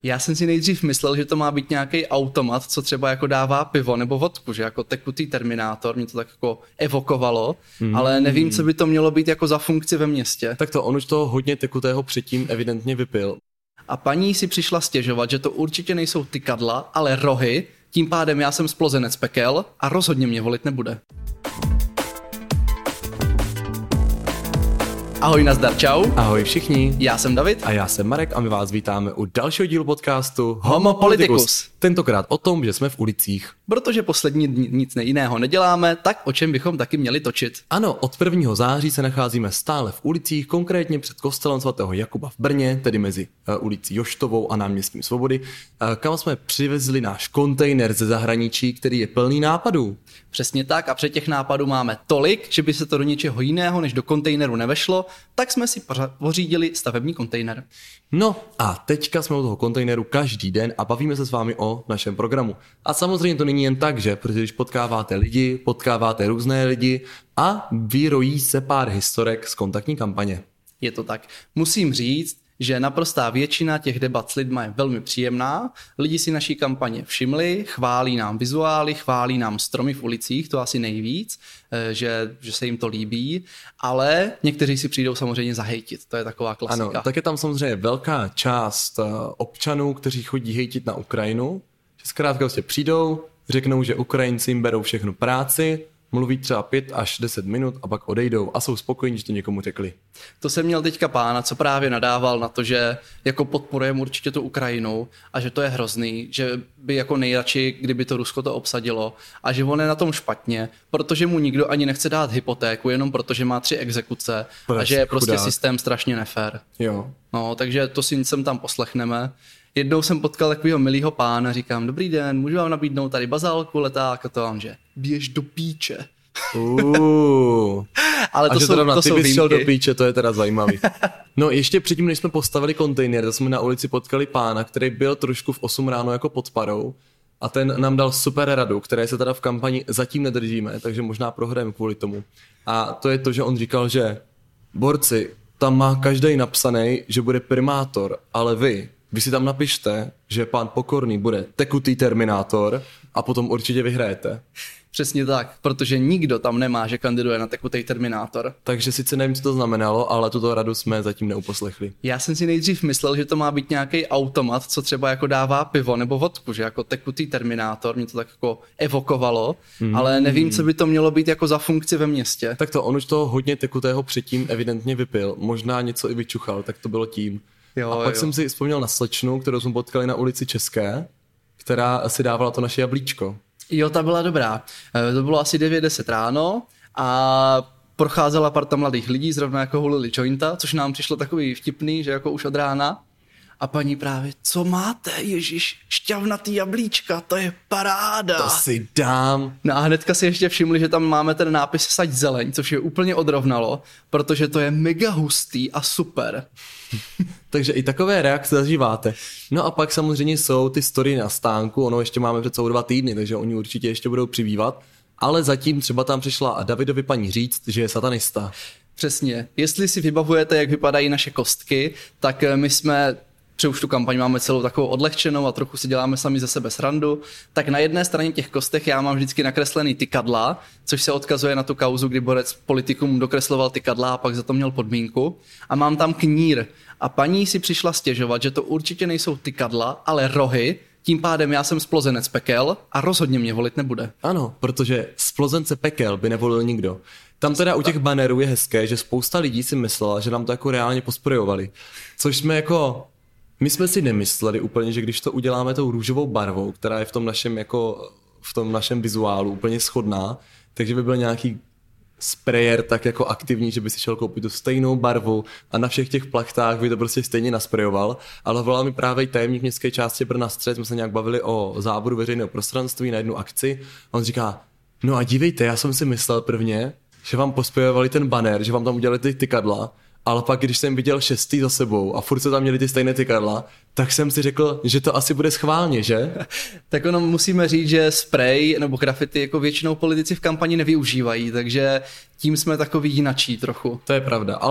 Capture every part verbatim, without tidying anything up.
Já jsem si nejdřív myslel, že to má být nějaký automat, co třeba jako dává pivo nebo vodku, že jako tekutý Terminátor, mě to tak jako evokovalo, mm. ale nevím, co by to mělo být jako za funkci ve městě. Tak to on už toho hodně tekutého předtím evidentně vypil. A paní si přišla stěžovat, že to určitě nejsou tykadla, ale rohy, tím pádem já jsem splozenec pekel a rozhodně mě volit nebude. Ahoj, nazdar, čau. Ahoj všichni. Já jsem David. A já jsem Marek a my vás vítáme u dalšího dílu podcastu Homo Politicus. Tentokrát o tom, že jsme v ulicích. Protože poslední dny nic jiného neděláme, tak o čem bychom taky měli točit. Ano, od prvního září se nacházíme stále v ulicích, konkrétně před kostelem svatého Jakuba v Brně, tedy mezi uh, ulicí Joštovou a náměstím Svobody, uh, kam jsme přivezli náš kontejner ze zahraničí, který je plný nápadů. Přesně tak, a před těch nápadů máme tolik, že by se to do něčeho jiného než do kontejneru nevešlo, tak jsme si pořídili stavební kontejner. No a teďka jsme u toho kontejneru každý den a bavíme se s vámi o našem programu. A samozřejmě to není jen tak, že? Protože když potkáváte lidi, potkáváte různé lidi a vyrojí se pár historek z kontaktní kampaně. Je to tak. Musím říct, že naprostá většina těch debat s lidma je velmi příjemná. Lidi si naší kampaně všimli, chválí nám vizuály, chválí nám stromy v ulicích, to asi nejvíc, že, že se jim to líbí, ale někteří si přijdou samozřejmě zahejtit, to je taková klasika. Ano, tak je tam samozřejmě velká část občanů, kteří chodí hejtit na Ukrajinu, že zkrátka prostě přijdou, řeknou, že Ukrajinci jim berou všechnu práci, mluví třeba pět až deset minut a pak odejdou a jsou spokojení, že to někomu řekli. To jsem měl teďka pána, co právě nadával na to, že jako podporujeme určitě tu Ukrajinu a že to je hrozný, že by jako nejradši, kdyby to Rusko to obsadilo a že on je na tom špatně, protože mu nikdo ani nechce dát hypotéku, jenom protože má tři exekuce Proč, a že je prostě chudák. Systém strašně nefér. Jo. No, takže to si sem tam poslechneme. Jednou jsem potkal takového milýho pána, říkám, dobrý den, můžu vám nabídnout tady bazálku, leták a to vám, že běž do píče. Uh. Ale to a že jsou, to to ty jsou bys šel výjimky. do píče, to je teda zajímavý. No ještě předtím, než jsme postavili kontejner, tak jsme na ulici potkali pána, který byl trošku v osm ráno jako pod parou a ten nám dal super radu, které se teda v kampani zatím nedržíme, takže možná prohrajeme kvůli tomu. A to je to, že on říkal, že borci, tam má každej napsaný, že bude primátor, ale vy Vy si tam napište, že pán Pokorný bude tekutý Terminátor a potom určitě vyhrajete. Přesně tak, protože nikdo tam nemá, že kandiduje na tekutý Terminátor. Takže sice nevím, co to znamenalo, ale tuto radu jsme zatím neuposlechli. Já jsem si nejdřív myslel, že to má být nějaký automat, co třeba jako dává pivo nebo vodku, že jako tekutý Terminátor, mě to tak jako evokovalo, mm. ale nevím, co by to mělo být jako za funkci ve městě. Tak to on už toho hodně tekutého předtím evidentně vypil, možná něco i vyčuchal, tak to bylo tím. Jo, a pak jo. jsem si vzpomněl na slečnu, kterou jsme potkali na ulici České, která si dávala to naše jablíčko. Jo, ta byla dobrá. To bylo asi devět deset ráno a procházela parta mladých lidí, zrovna jako hulili jointa, což nám přišlo takový vtipný, že jako už od rána. A paní právě, co máte, ježiš, šťavnatý jablíčka, to je paráda. To si dám. No a hnedka si ještě všimli, že tam máme ten nápis saď zeleň, což je úplně odrovnalo, protože to je mega hustý a super. Takže i takové reakce zažíváte. No a pak samozřejmě jsou ty story na stánku, ono ještě máme před celou dva týdny, takže oni určitě ještě budou přibývat, ale zatím třeba tam přišla Davidovi paní říct, že je satanista. Přesně. Jestli si vybavujete, jak vypadají naše kostky, tak my jsme, protože už tu kampaň máme celou takovou odlehčenou a trochu si děláme sami ze sebe srandu, tak na jedné straně těch kostech já mám vždycky nakreslený tykadla, což se odkazuje na tu kauzu, kdy borec politikům dokresloval tykadla a pak za to měl podmínku. A mám tam knír. A paní si přišla stěžovat, že to určitě nejsou tykadla, ale rohy, tím pádem já jsem splozenec pekel a rozhodně mě volit nebude. Ano, protože splozence pekel by nevolil nikdo. Tam teda u těch bannerů je hezké, že spousta lidí si myslela, že nám to jako reálně posprejovali. Což jsme jako... My jsme si nemysleli úplně, že když to uděláme tou růžovou barvou, která je v tom našem, jako, v tom našem vizuálu úplně shodná, takže by byl nějaký sprayer tak jako aktivní, že by si šel koupit tu stejnou barvu a na všech těch plachtách by to prostě stejně nasprejoval, ale volal mi právě tajemník městské části Brna Střed, jsme se nějak bavili o záboru veřejného prostranství na jednu akci a on říká, no a dívejte, já jsem si myslel prvně, že vám posprejovali ten banner, že vám tam udělali ty tykadla, ale pak, když jsem viděl šestý za sebou a furt se tam měli ty stejné tykadla, tak jsem si řekl, že to asi bude schválně, že? Tak ono musíme říct, že spray nebo grafity jako většinou politici v kampani nevyužívají, takže tím jsme takový jinačí trochu. To je pravda, ale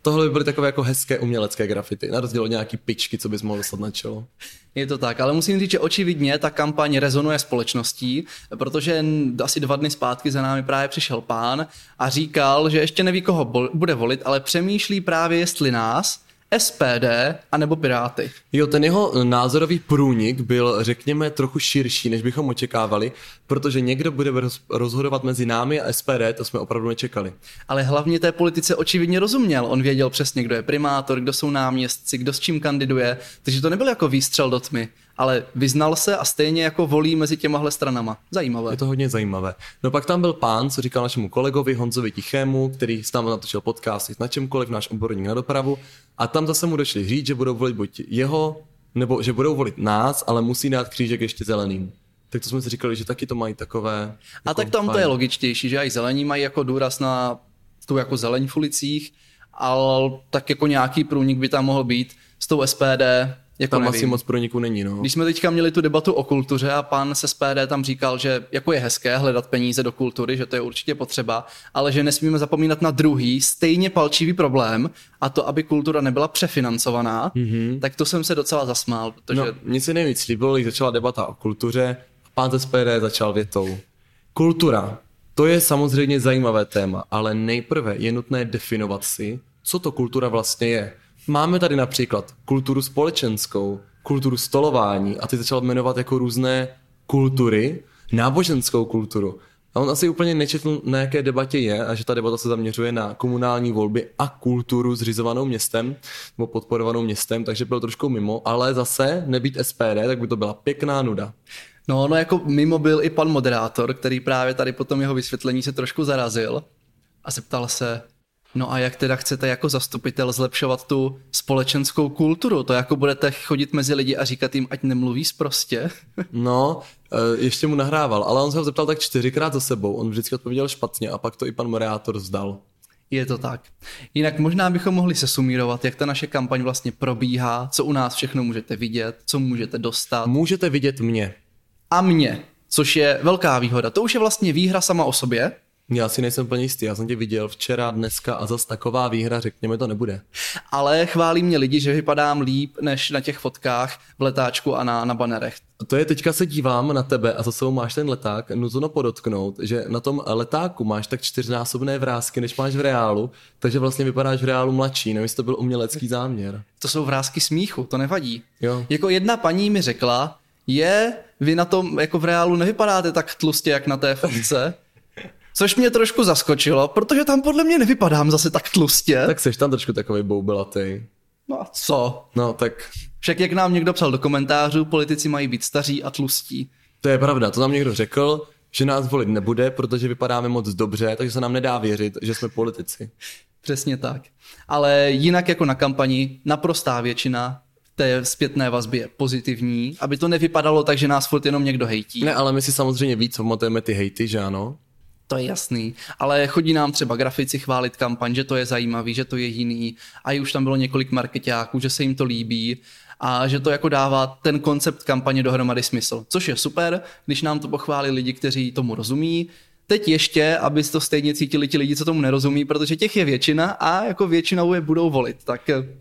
tohle by byly takové jako hezké umělecké grafity, na rozdíl od nějaký pičky, co bys mohl dostat na čelo. Je to tak, ale musím říct, že očividně ta kampaň rezonuje společností, protože asi dva dny zpátky za námi právě přišel pán a říkal, že ještě neví, koho bude volit, ale přemýšlí právě, jestli nás, S P D anebo Piráty. Jo, ten jeho názorový průnik byl, řekněme, trochu širší, než bychom očekávali, protože někdo bude rozhodovat mezi námi a S P D, to jsme opravdu nečekali. Ale hlavně té politice očividně rozuměl. On věděl přesně, kdo je primátor, kdo jsou náměstci, kdo s čím kandiduje, takže to nebyl jako výstřel do tmy, ale vyznal se a stejně jako volí mezi těmahle stranama. Zajímavé. Je to hodně zajímavé. No pak tam byl pán, co říkal našemu kolegovi Honzovi Tichému, který s námi natočil podcast na čemkoliv, náš odborník na dopravu, a tam zase mu došli říct, že budou volit buď jeho, nebo že budou volit nás, ale musí dát křížek ještě zeleným. Tak to jsme si říkali, že taky to mají takové... Jako a tak tam fajn. To je logičtější, že i zelení mají jako důraz na tu jako zeleň v ulicích, ale tak jako nějaký průnik by tam mohl být s tou S P D. Jako tam nevím. Asi moc průniku není, no. Když jsme teďka měli tu debatu o kultuře a pan z S P D tam říkal, že jako je hezké hledat peníze do kultury, že to je určitě potřeba, ale že nesmíme zapomínat na druhý, stejně palčivý problém, a to, aby kultura nebyla přefinancovaná, mm-hmm. tak to jsem se docela zasmál. Protože... No, mně se nejvíc líbilo, když začala debata o kultuře a pán z S P D začal větou. Kultura, to je samozřejmě zajímavé téma, ale nejprve je nutné definovat si, co to kultura vlastně je. Máme tady například kulturu společenskou, kulturu stolování a ty začal jmenovat jako různé kultury, náboženskou kulturu. A on asi úplně nečetl, na jaké debatě je a že ta debata se zaměřuje na komunální volby a kulturu zřizovanou městem nebo podporovanou městem, takže byl trošku mimo, ale zase nebýt S P D, tak by to byla pěkná nuda. No, no jako mimo byl i pan moderátor, který právě tady po tom jeho vysvětlení se trošku zarazil a zeptal se, no a jak teda chcete jako zastupitel zlepšovat tu společenskou kulturu? To jako budete chodit mezi lidi a říkat jim, ať nemluví sprostě? No, ještě mu nahrával, ale on se ho zeptal tak čtyřikrát za sebou, on vždycky odpověděl špatně a pak to i pan moderátor vzdal. Je to tak. Jinak možná bychom mohli sesumírovat, jak ta naše kampaň vlastně probíhá, co u nás všechno můžete vidět, co můžete dostat. Můžete vidět mě. A mě, což je velká výhoda. To už je vlastně výhra sama o sobě. Já si nejsem plně jistý, já jsem tě viděl včera, dneska a zas taková výhra, řekněme, to nebude. Ale chválí mě lidi, že vypadám líp než na těch fotkách v letáčku a na, na banerech. To je, teďka se dívám na tebe a za sebou máš ten leták, nutno podotknout, že na tom letáku máš tak čtyřnásobné vrásky, než máš v reálu, takže vlastně vypadáš v reálu mladší, nevím, jestli to byl umělecký záměr. To jsou vrásky smíchu, to nevadí. Jo. Jako jedna paní mi řekla, je, vy na tom jako v reálu nevypadáte tak tlustě, jak na té fotce. Což mě trošku zaskočilo, protože tam podle mě nevypadám zase tak tlustě. Tak seš tam trošku takovej boubelatej. No a co? No tak... Však jak nám někdo psal do komentářů, politici mají být staří a tlustí. To je pravda, to nám někdo řekl, že nás volit nebude, protože vypadáme moc dobře, takže se nám nedá věřit, že jsme politici. Přesně tak. Ale jinak jako na kampani naprostá většina té zpětné vazby je pozitivní, aby to nevypadalo tak, že nás furt jenom někdo hejtí. Ne, ale my si samozřejmě víc pamatujeme ty hejty, že ano? To je jasný, ale chodí nám třeba grafici chválit kampaň, že to je zajímavý, že to je jiný a už tam bylo několik markeťáků, že se jim to líbí a že to jako dává ten koncept kampaně dohromady smysl, což je super, když nám to pochválí lidi, kteří tomu rozumí. Teď ještě, aby to stejně cítili ti lidi, co tomu nerozumí, protože těch je většina a jako většinou je budou volit, tak...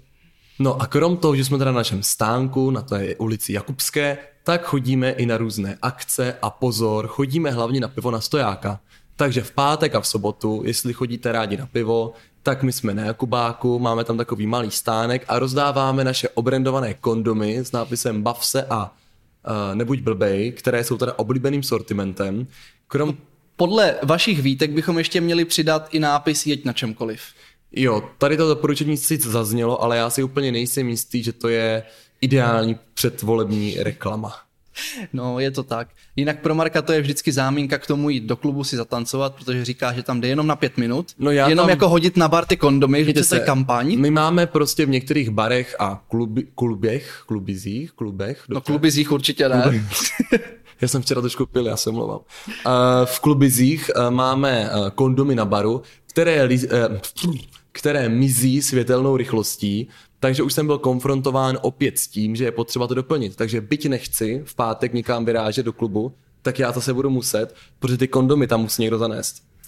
No a krom toho, že jsme teda na našem stánku, na té ulici Jakubské, tak chodíme i na různé akce a pozor, chodíme hlavně na pivo na stojáka. Takže v pátek a v sobotu, jestli chodíte rádi na pivo, tak my jsme na Jakubáku, máme tam takový malý stánek a rozdáváme naše obrandované kondomy s nápisem Bav se a uh, nebuď blbej, které jsou teda oblíbeným sortimentem. Krom... Podle vašich výtek bychom ještě měli přidat i nápis Jeď na čemkoliv. Jo, tady to doporučení sice zaznělo, ale já si úplně nejsem jistý, že to je ideální předvolební reklama. No, je to tak. Jinak pro Marka to je vždycky záminka k tomu jít do klubu si zatancovat, protože říká, že tam jde jenom na pět minut. No já jenom tam... jako hodit na bar ty kondomy, že to je kampaň. My máme prostě v některých barech a klubi, klubech, klubizích, klubech. Dobře. No klubizích určitě ne. Já jsem včera trošku pil, já se omlouvám. Uh, v klubizích uh, máme uh, kondomy na baru, které, li, uh, které mizí světelnou rychlostí, takže už jsem byl konfrontován opět s tím, že je potřeba to doplnit. Takže byť nechci v pátek někam vyrážet do klubu, tak já zase budu muset, protože ty kondomy tam musí někdo zanést.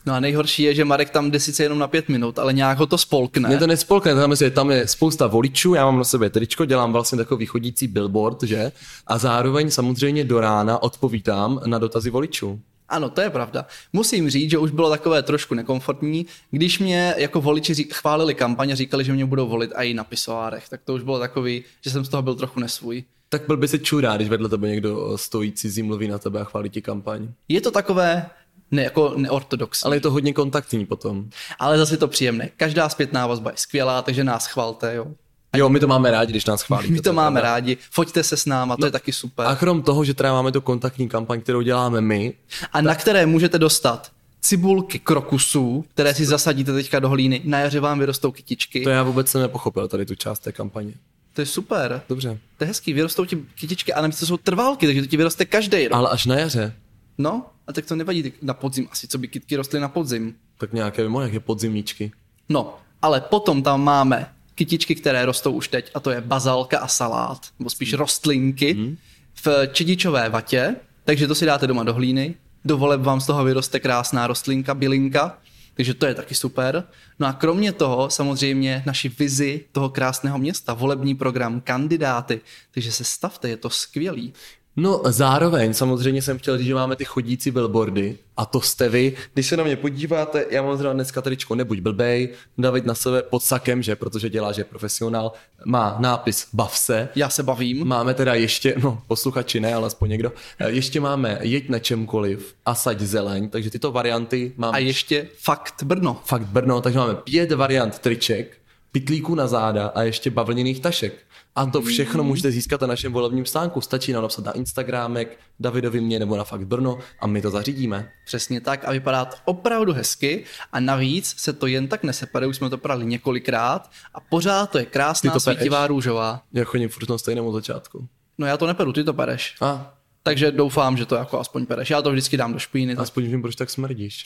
No a nejhorší je, že Marek tam jde sice jenom na pět minut, ale nějak ho to spolkne. Mě to nespolkne, tam je, tam je spousta voličů, já mám na sebe tričko, dělám vlastně takový chodící billboard, že? A zároveň samozřejmě do rána odpovídám na dotazy voličů. Ano, to je pravda. Musím říct, že už bylo takové trošku nekomfortní, když mě jako voliči řík, chválili kampaň a říkali, že mě budou volit i na pisoárech, tak to už bylo takový, že jsem z toho byl trochu nesvůj. Tak byl by se čurá, když vedle tebe někdo stojí cizí, mluví na tebe a chválí ti kampaň. Je to takové ne, jako neortodoxní. Ale je to hodně kontaktní potom. Ale zase je to příjemné. Každá zpětná vazba je skvělá, takže nás chvalte, jo. Jo, my to máme rádi, když nás chválíte. My to máme rádi, foťte se s náma, to no, je taky super. A krom toho, že teda máme tu kontaktní kampaň, kterou děláme my. A na které můžete dostat cibulky krokusů, které si zasadíte teďka do hlíny, na jaře vám vyrostou kytičky. To já vůbec jsem nepochopil, tady tu část té kampaně. To je super. Dobře. To je hezký, vyrostou ti kytičky a navíc to jsou trvalky, takže to ti vyroste každý rok. Ale až na jaře. No, a tak to nevadí na podzim asi, co by kytky rostly na podzim. Tak nějaké, nějaké podzimníčky. No, ale potom tam máme kytičky, které rostou už teď, a to je bazalka a salát, nebo spíš rostlinky mm. v čedičové vatě, takže to si dáte doma do hlíny, do voleb vám z toho vyroste krásná rostlinka, bylinka, takže to je taky super. No a kromě toho samozřejmě naši vizi toho krásného města, volební program, kandidáty, takže se stavte, je to skvělý. No zároveň samozřejmě jsem chtěl říct, že máme ty chodící billboardy a to jste vy. Když se na mě podíváte, já mám zrovna dneska tričko Nebuď blbej, David na sebe pod sakem, že, protože dělá, že je profesionál, má nápis Bav se. Já se bavím. Máme teda ještě, no posluchači ne, ale aspoň někdo, ještě máme Jeď na čemkoliv a Saď zeleň, takže tyto varianty máme. A ještě Fakt Brno. Fakt Brno, takže máme pět variant triček, pytlíků na záda a ještě bavlněných tašek. A to všechno můžete získat na našem volebním stánku. Stačí nám napsat na Instagramek, Davidovi mě nebo na Fakt Brno a my to zařídíme. Přesně tak a vypadá to opravdu hezky a navíc se to jen tak nesepare, už jsme to prali několikrát a pořád to je krásná to svítivá růžová. Já chodím furt na stejnému začátku. No já to neperu, ty to pereš. A. Takže doufám, že to jako aspoň pereš. Já to vždycky dám do špíny. Aspoň vím, proč tak smrdíš.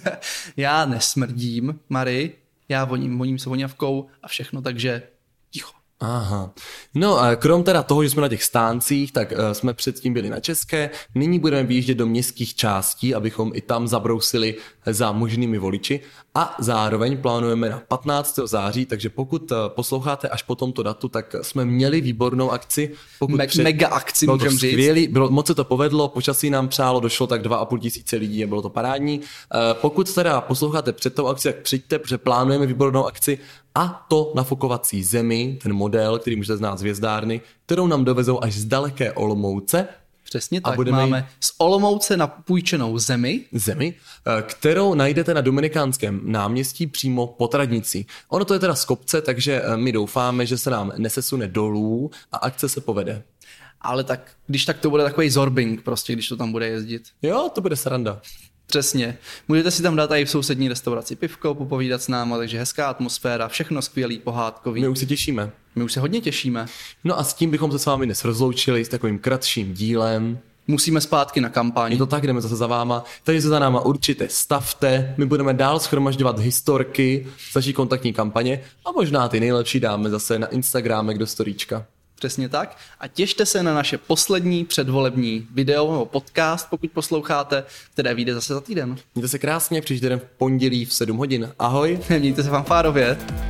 Já nesmrdím, Mary, já voním, voním se voňavkou a všechno, takže ticho. Aha. No a krom teda toho, že jsme na těch stáncích, tak uh, jsme předtím byli na České, nyní budeme vyjíždět do městských částí, abychom i tam zabrousili za možnými voliči a zároveň plánujeme na patnáctého září, takže pokud uh, posloucháte až po tomto datu, tak jsme měli výbornou akci. Pokud Me- před... Mega akci, můžeme říct. Skvělý, bylo, moc se to povedlo, počasí nám přálo, došlo tak dva a půl tisíce lidí a bylo to parádní. Uh, pokud teda posloucháte před tou akci, tak přijďte, protože plánujeme výbornou akci. A to nafukovací zemi, ten model, který můžete znát z Hvězdárny, kterou nám dovezou až z daleké Olomouce. Přesně tak, máme z Olomouce napůjčenou zemi. Zemi, kterou najdete na Dominikánském náměstí přímo pod radnicí. Ono to je teda z kopce, takže my doufáme, že se nám nesesune dolů a akce se povede. Ale tak, když tak to bude takový zorbing prostě, když to tam bude jezdit. Jo, to bude sranda. Přesně. Můžete si tam dát i v sousední restauraci pivko, popovídat s náma, takže hezká atmosféra, všechno skvělý, pohádkový. My už se těšíme. My už se hodně těšíme. No a s tím bychom se s vámi dnes rozloučili s takovým kratším dílem. Musíme zpátky na kampaň. Je to tak, jdeme zase za váma. Takže se za náma určitě stavte. My budeme dál shromažďovat historky z naší kontaktní kampaně a možná ty nejlepší dáme zase na Instagramek do storíčka. Přesně tak. A těšte se na naše poslední předvolební video nebo podcast, pokud posloucháte, které vyjde zase za týden. Mějte se krásně, příští den v pondělí v sedm hodin. Ahoj. Mějte se fanfárově.